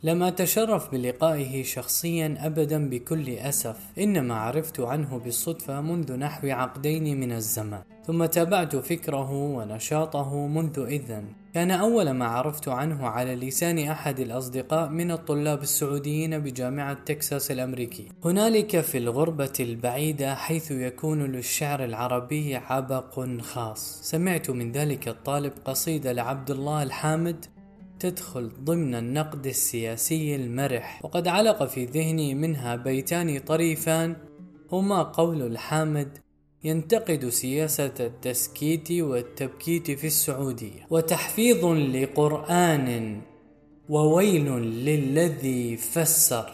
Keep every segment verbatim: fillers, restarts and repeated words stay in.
لم أتشرف بلقائه شخصيا أبدا بكل أسف، إنما عرفت عنه بالصدفة منذ نحو عقدين من الزمان، ثم تابعت فكره ونشاطه منذ إذن. كان أول ما عرفت عنه على لسان أحد الأصدقاء من الطلاب السعوديين بجامعة تكساس الأمريكي، هنالك في الغربة البعيدة حيث يكون للشعر العربي عبق خاص. سمعت من ذلك الطالب قصيدة لعبد الله الحامد تدخل ضمن النقد السياسي المرح، وقد علق في ذهني منها بيتان طريفان هما قول الحامد: ينتقد سياسة التسكيت والتبكيت في السعودية، وتحفيظ لقرآن، وويل للذي فسر،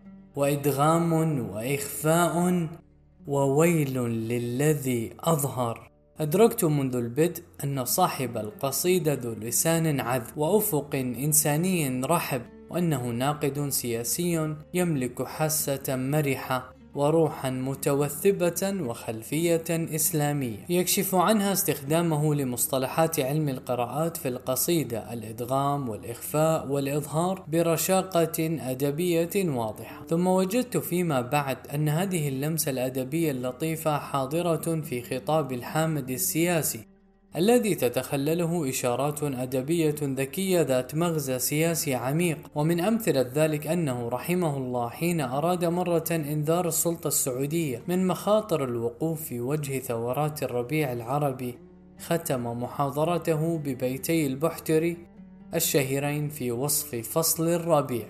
وإدغام وإخفاء، وويل للذي أظهر. أدركت منذ البدء أن صاحب القصيدة ذو لسان عذب وأفق إنساني رحب، وأنه ناقد سياسي يملك حاسة مرحة وروحا متوثبة وخلفية إسلامية يكشف عنها استخدامه لمصطلحات علم القراءات في القصيدة: الإدغام والإخفاء والإظهار، برشاقة أدبية واضحة. ثم وجدت فيما بعد أن هذه اللمسة الأدبية اللطيفة حاضرة في خطاب الحامد السياسي الذي تتخلله إشارات أدبية ذكية ذات مغزى سياسي عميق. ومن أمثلة ذلك أنه رحمه الله حين أراد مرة إنذار السلطة السعودية من مخاطر الوقوف في وجه ثورات الربيع العربي، ختم محاضرته ببيتي البحتري الشهيرين في وصف فصل الربيع: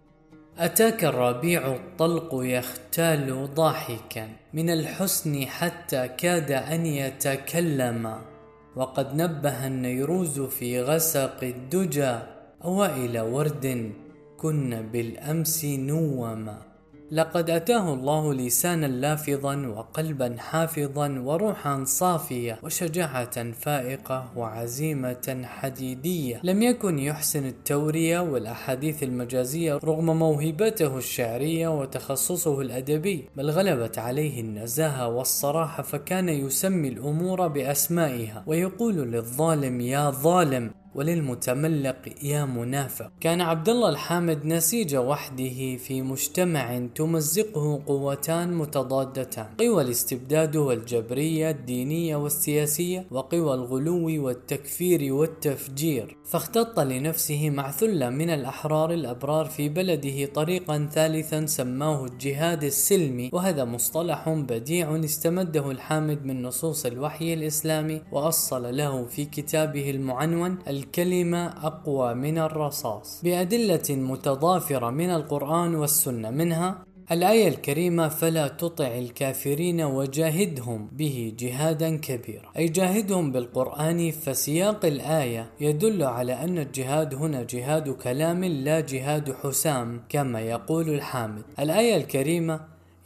أتاك الربيع الطلق يختال ضاحكا من الحسن حتى كاد أن يتكلم، وقد نبه النيروز في غسق الدجى أوائل ورد كن بالأمس نوما. لقد أتاه الله لسانا لافظا وقلبا حافظا وروحا صافية وشجاعة فائقة وعزيمة حديدية. لم يكن يحسن التورية والأحاديث المجازية رغم موهبته الشعرية وتخصصه الأدبي، بل غلبت عليه النزاهة والصراحة، فكان يسمي الأمور بأسمائها ويقول للظالم يا ظالم وللمتملق يا منافق. كان عبد الله الحامد نسيج وحده في مجتمع تمزقه قوتان متضادتان: قوى الاستبداد والجبرية الدينية والسياسية، وقوى الغلو والتكفير والتفجير، فاختط لنفسه مع ثلة من الأحرار الأبرار في بلده طريقا ثالثا سماه الجهاد السلمي، وهذا مصطلح بديع استمده الحامد من نصوص الوحي الإسلامي، وأصل له في كتابه المعنون الكلمة أقوى من الرصاص بأدلة متضافرة من القرآن والسنة، منها الآية الكريمة: فلا تطع الكافرين وجاهدهم به جهادا كبيرا، أي جاهدهم بالقرآن. فسياق الآية يدل على أن الجهاد هنا جهاد كلام لا جهاد حسام كما يقول الحامد. الآية الكريمة: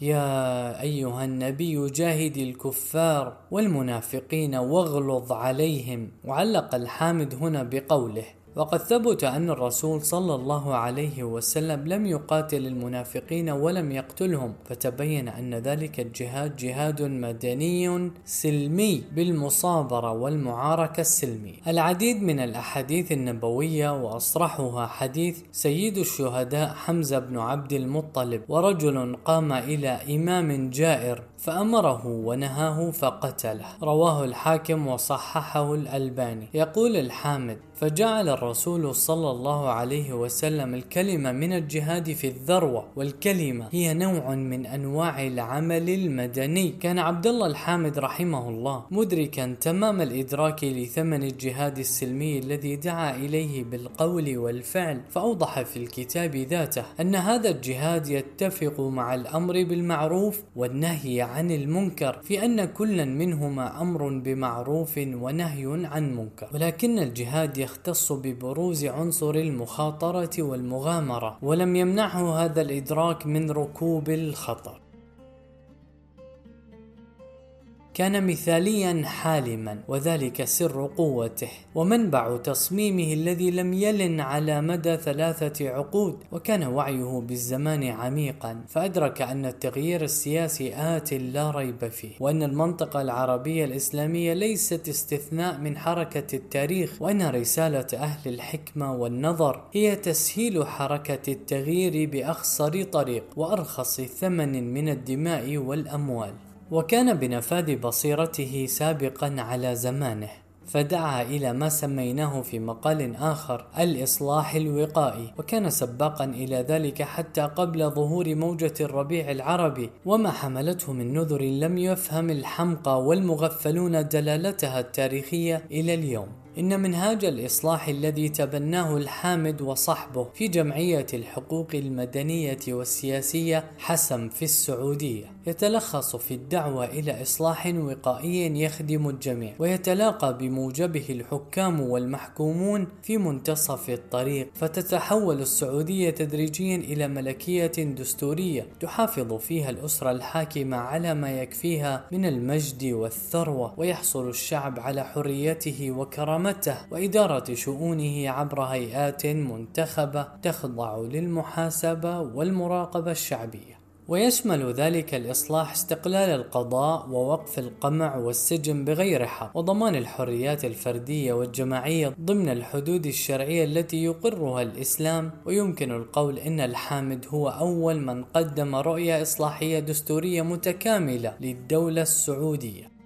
يا أيها النبي جاهد الكفار والمنافقين واغلظ عليهم. وعلق الحامد هنا بقوله: وقد ثبت أن الرسول صلى الله عليه وسلم لم يقاتل المنافقين ولم يقتلهم، فتبين أن ذلك الجهاد جهاد مدني سلمي بالمصابرة والمعاركة السلمية. العديد من الأحاديث النبوية وأصرحها حديث سيد الشهداء حمزة بن عبد المطلب: ورجل قام إلى إمام جائر فأمره ونهاه فقتله، رواه الحاكم وصححه الألباني. يقول الحامد: فجعل الرسول صلى الله عليه وسلم الكلمة من الجهاد في الذروة، والكلمة هي نوع من أنواع العمل المدني. كان عبد الله الحامد رحمه الله مدركا تمام الإدراك لثمن الجهاد السلمي الذي دعا إليه بالقول والفعل، فأوضح في الكتاب ذاته أن هذا الجهاد يتفق مع الأمر بالمعروف والنهي عن المنكر، في أن كلا منهما أمر بمعروف ونهي عن منكر، ولكن الجهاد يختص ببروز عنصر المخاطرة والمغامرة، ولم يمنعه هذا الإدراك من ركوب الخطر. كان مثاليا حالما، وذلك سر قوته ومنبع تصميمه الذي لم يلن على مدى ثلاثة عقود. وكان وعيه بالزمان عميقا، فأدرك أن التغيير السياسي آت لا ريب فيه، وأن المنطقة العربية الإسلامية ليست استثناء من حركة التاريخ، وأن رسالة أهل الحكمة والنظر هي تسهيل حركة التغيير بأخصر طريق وأرخص ثمن من الدماء والأموال. وكان بنفاذ بصيرته سابقا على زمانه، فدعا إلى ما سميناه في مقال آخر الإصلاح الوقائي، وكان سباقا إلى ذلك حتى قبل ظهور موجة الربيع العربي، وما حملته من نذر لم يفهم الحمقى والمغفلون دلالتها التاريخية إلى اليوم. إن منهاج الإصلاح الذي تبناه الحامد وصحبه في جمعية الحقوق المدنية والسياسية حسم في السعودية يتلخص في الدعوة إلى إصلاح وقائي يخدم الجميع، ويتلاقى بموجبه الحكام والمحكومون في منتصف الطريق، فتتحول السعودية تدريجيا إلى ملكية دستورية تحافظ فيها الأسرة الحاكمة على ما يكفيها من المجد والثروة، ويحصل الشعب على حريته وكرامته وإدارة شؤونه عبر هيئات منتخبة تخضع للمحاسبة والمراقبة الشعبية. ويشمل ذلك الإصلاح استقلال القضاء ووقف القمع والسجن بغير حق، وضمان الحريات الفردية والجماعية ضمن الحدود الشرعية التي يقرها الإسلام. ويمكن القول إن الحامد هو أول من قدم رؤية إصلاحية دستورية متكاملة للدولة السعودية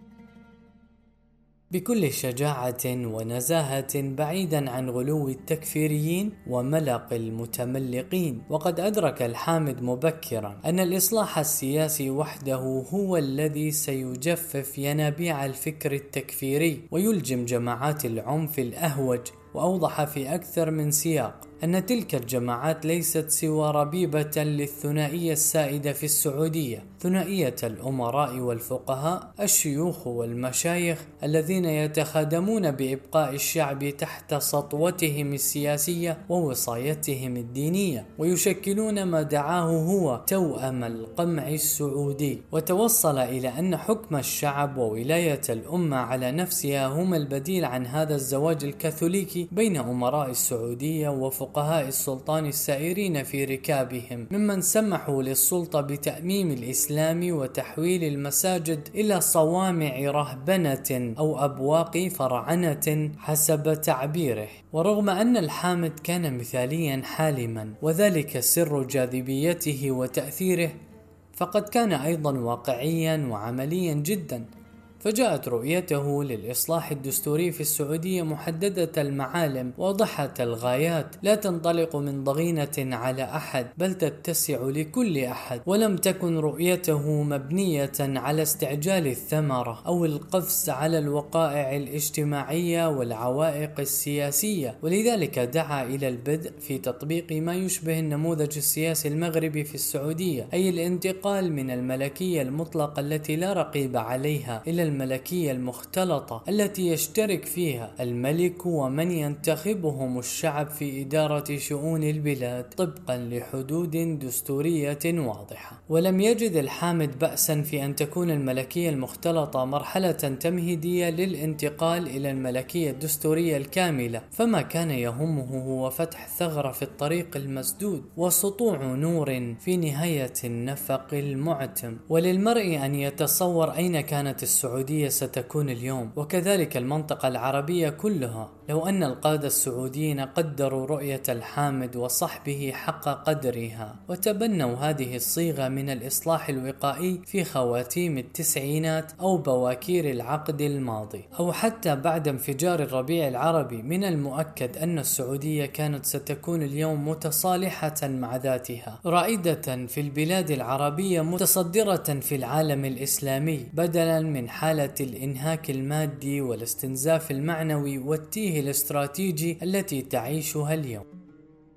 بكل شجاعة ونزاهة، بعيدا عن غلو التكفيريين وملق المتملقين. وقد أدرك الحامد مبكرا أن الإصلاح السياسي وحده هو الذي سيجفف ينابيع الفكر التكفيري ويلجم جماعات العنف الأهوج، وأوضح في أكثر من سياق أن تلك الجماعات ليست سوى ربيبة للثنائية السائدة في السعودية، ثنائية الأمراء والفقهاء، الشيوخ والمشايخ الذين يتخادمون بإبقاء الشعب تحت سطوتهم السياسية ووصايتهم الدينية، ويشكلون ما دعاه هو توأم القمع السعودي. وتوصل إلى أن حكم الشعب وولاية الأمة على نفسها هما البديل عن هذا الزواج الكاثوليكي بين أمراء السعودية وفقهاء فقهاء السلطان السائرين في ركابهم، ممن سمحوا للسلطة بتأميم الإسلام وتحويل المساجد إلى صوامع رهبنة أو أبواق فرعنة حسب تعبيره. ورغم أن الحامد كان مثاليا حالما وذلك سر جاذبيته وتأثيره، فقد كان أيضا واقعيا وعمليا جدا، فجاءت رؤيته للإصلاح الدستوري في السعودية محددة المعالم واضحة الغايات، لا تنطلق من ضغينة على أحد بل تتسع لكل أحد، ولم تكن رؤيته مبنية على استعجال الثمرة أو القفز على الوقائع الاجتماعية والعوائق السياسية. ولذلك دعا إلى البدء في تطبيق ما يشبه النموذج السياسي المغربي في السعودية، أي الانتقال من الملكية المطلقة التي لا رقيب عليها إلى الملكية المختلطة التي يشترك فيها الملك ومن ينتخبهم الشعب في إدارة شؤون البلاد طبقا لحدود دستورية واضحة. ولم يجد الحامد بأسا في أن تكون الملكية المختلطة مرحلة تمهيدية للانتقال إلى الملكية الدستورية الكاملة، فما كان يهمه هو فتح ثغرة في الطريق المسدود وسطوع نور في نهاية النفق المعتم. وللمرء أن يتصور أين كانت السعودية ستكون اليوم، وكذلك المنطقة العربية كلها، لو أن القادة السعوديين قدروا رؤية الحامد وصحبه حق قدرها، وتبنوا هذه الصيغة من الإصلاح الوقائي في خواتيم التسعينات أو بواكير العقد الماضي، أو حتى بعد انفجار الربيع العربي. من المؤكد أن السعودية كانت ستكون اليوم متصالحة مع ذاتها، رائدة في البلاد العربية، متصدرة في العالم الإسلامي، بدلا من حالة الإنهاك المادي والاستنزاف المعنوي والتيه الاستراتيجي التي تعيشها اليوم.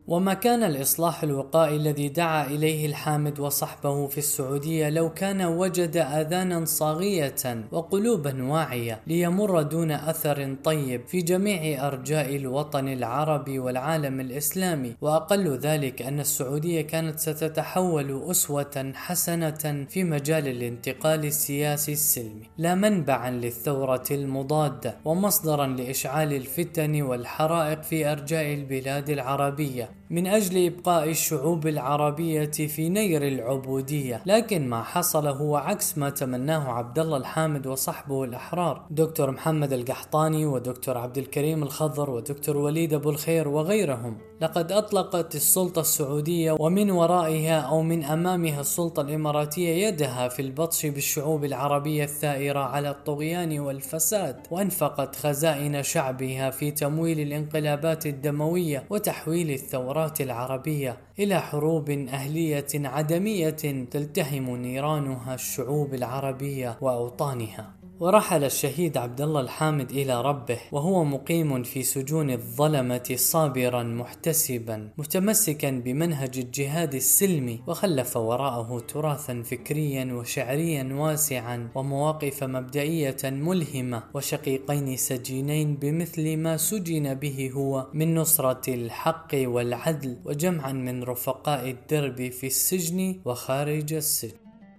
وما كان الإصلاح الوقائي الذي دعا إليه الحامد وصحبه في السعودية لو كان وجد آذانا صاغية وقلوبا واعية ليمر دون أثر طيب في جميع أرجاء الوطن العربي والعالم الإسلامي. وأقل ذلك أن السعودية كانت ستتحول أسوة حسنة في مجال الانتقال السياسي السلمي، لا منبعا للثورة المضادة ومصدرا لإشعال الفتن والحرائق في أرجاء البلاد العربية من أجل إبقاء الشعوب العربية في نير العبودية. لكن ما حصل هو عكس ما تمناه عبد الله الحامد وصحبه الأحرار، دكتور محمد القحطاني ودكتور عبد الكريم الخضر ودكتور وليد أبو الخير وغيرهم. لقد أطلقت السلطة السعودية ومن ورائها أو من أمامها السلطة الإماراتية يدها في البطش بالشعوب العربية الثائرة على الطغيان والفساد، وأنفقت خزائن شعبها في تمويل الانقلابات الدموية وتحويل الثورات العربية إلى حروب أهلية عدمية تلتهم نيرانها الشعوب العربية وأوطانها. ورحل الشهيد عبد الله الحامد إلى ربه وهو مقيم في سجون الظلمة صابرا محتسبا متمسكا بمنهج الجهاد السلمي، وخلف وراءه تراثا فكريا وشعريا واسعا ومواقف مبدئية ملهمة وشقيقين سجينين بمثل ما سجن به هو من نصرة الحق والعدل، وجمعا من رفقاء الدرب في السجن وخارج السجن.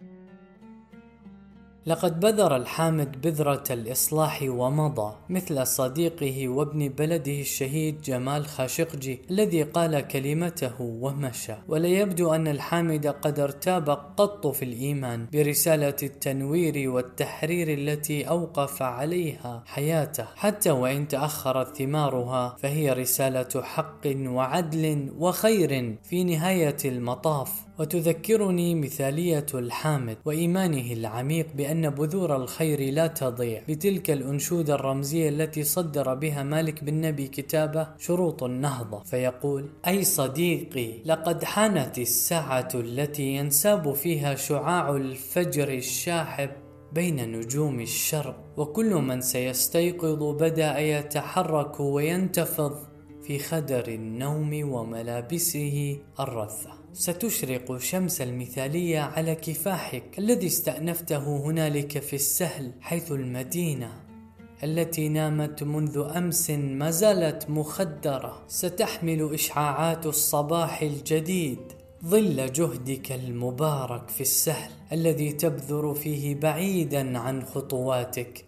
لقد بذر الحامد بذرة الإصلاح ومضى، مثل صديقه وابن بلده الشهيد جمال خاشقجي الذي قال كلمته ومشى. ولا يبدو أن الحامد قد ارتاب قط في الإيمان برسالة التنوير والتحرير التي أوقف عليها حياته، حتى وإن تأخرت ثمارها فهي رسالة حق وعدل وخير في نهاية المطاف. وتذكرني مثالية الحامد وإيمانه العميق بأن بذور الخير لا تضيع بتلك الأنشودة الرمزية التي صدر بها مالك بن نبي كتابه شروط النهضة، فيقول: أي صديقي، لقد حانت الساعة التي ينساب فيها شعاع الفجر الشاحب بين نجوم الشرق، وكل من سيستيقظ بدأ يتحرك وينتفض في خدر النوم وملابسه الرثة. ستشرق شمس المثالية على كفاحك الذي استأنفته هنالك في السهل، حيث المدينة التي نامت منذ أمس ما زالت مخدرة ستحمل إشعاعات الصباح الجديد ظل جهدك المبارك في السهل الذي تبذر فيه بعيدا عن خطواتك.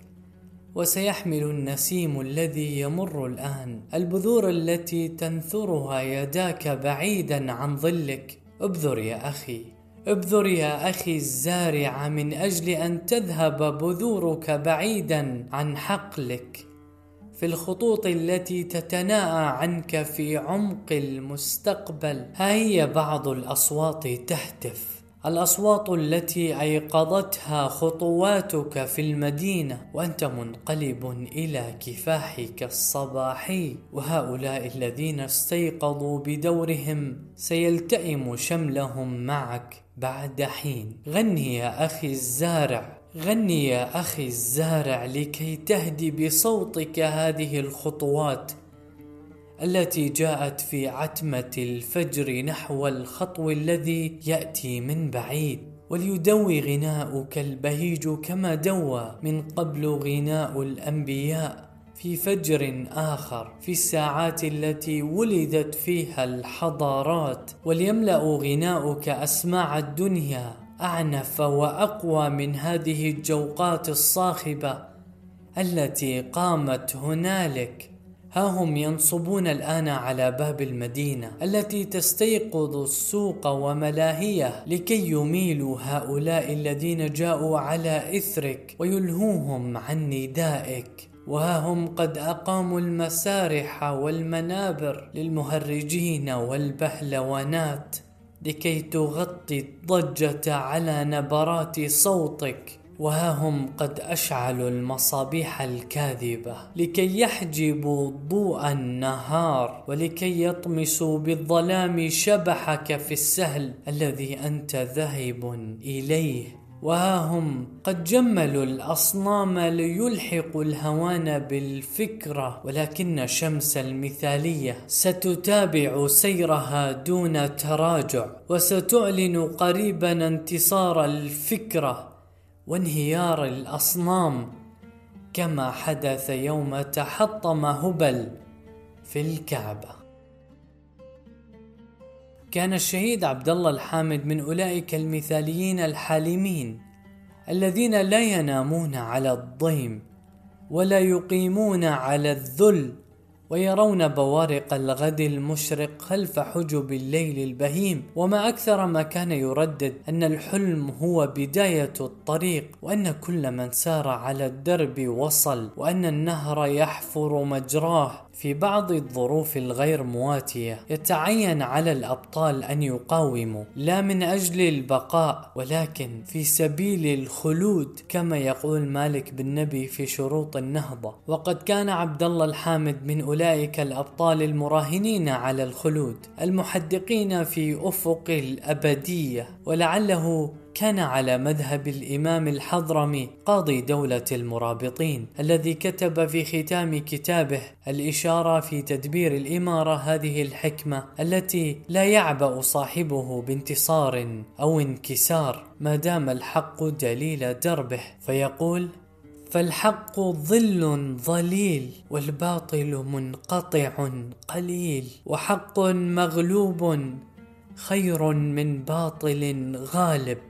وسيحمل النسيم الذي يمر الآن البذور التي تنثرها يداك بعيدا عن ظلك. ابذر يا أخي، ابذر يا أخي الزارع من أجل أن تذهب بذورك بعيدا عن حقلك في الخطوط التي تتناءى عنك في عمق المستقبل. ها هي بعض الأصوات تهتف، الأصوات التي أيقظتها خطواتك في المدينة وأنت منقلب إلى كفاحك الصباحي. وهؤلاء الذين استيقظوا بدورهم سيلتئم شملهم معك بعد حين. غني يا أخي الزارع، غني يا أخي الزارع لكي تهدي بصوتك هذه الخطوات التي جاءت في عتمة الفجر نحو الخطو الذي يأتي من بعيد، وليدوي غناؤك البهيج كما دوى من قبل غناء الأنبياء في فجر آخر، في الساعات التي ولدت فيها الحضارات، وليملأ غناؤك أسماع الدنيا أعنف وأقوى من هذه الجوقات الصاخبة التي قامت هنالك. ها هم ينصبون الآن على باب المدينة التي تستيقظ السوق وملاهيه لكي يميلوا هؤلاء الذين جاءوا على إثرك ويلهوهم عن ندائك. وها هم قد أقاموا المسارح والمنابر للمهرجين والبهلوانات لكي تغطي الضجة على نبرات صوتك. وها هم قد أشعلوا المصابيح الكاذبة لكي يحجبوا ضوء النهار ولكي يطمسوا بالظلام شبحك في السهل الذي أنت ذاهب إليه. وها هم قد جملوا الأصنام ليلحقوا الهوان بالفكرة، ولكن شمس المثالية ستتابع سيرها دون تراجع، وستعلن قريبا انتصار الفكرة وانهيار الأصنام، كما حدث يوم تحطم هبل في الكعبة. كان الشهيد عبد الله الحامد من أولئك المثاليين الحالمين الذين لا ينامون على الضيم ولا يقيمون على الذل، ويرون بوارق الغد المشرق خلف حجب الليل البهيم. وما أكثر ما كان يردد أن الحلم هو بداية الطريق، وأن كل من سار على الدرب وصل، وأن النهر يحفر مجراه. في بعض الظروف الغير مواتية يتعين على الأبطال أن يقاوموا، لا من أجل البقاء ولكن في سبيل الخلود، كما يقول مالك بن نبي في شروط النهضة. وقد كان عبد الله الحامد من أولئك الأبطال المراهنين على الخلود، المحدقين في أفق الأبدية، ولعله كان على مذهب الإمام الحضرمي قاضي دولة المرابطين، الذي كتب في ختام كتابه الإشارة في تدبير الإمارة هذه الحكمة التي لا يعبأ صاحبه بانتصار أو انكسار ما دام الحق دليل دربه، فيقول: فالحق ظل ظليل والباطل منقطع قليل، وحق مغلوب خير من باطل غالب.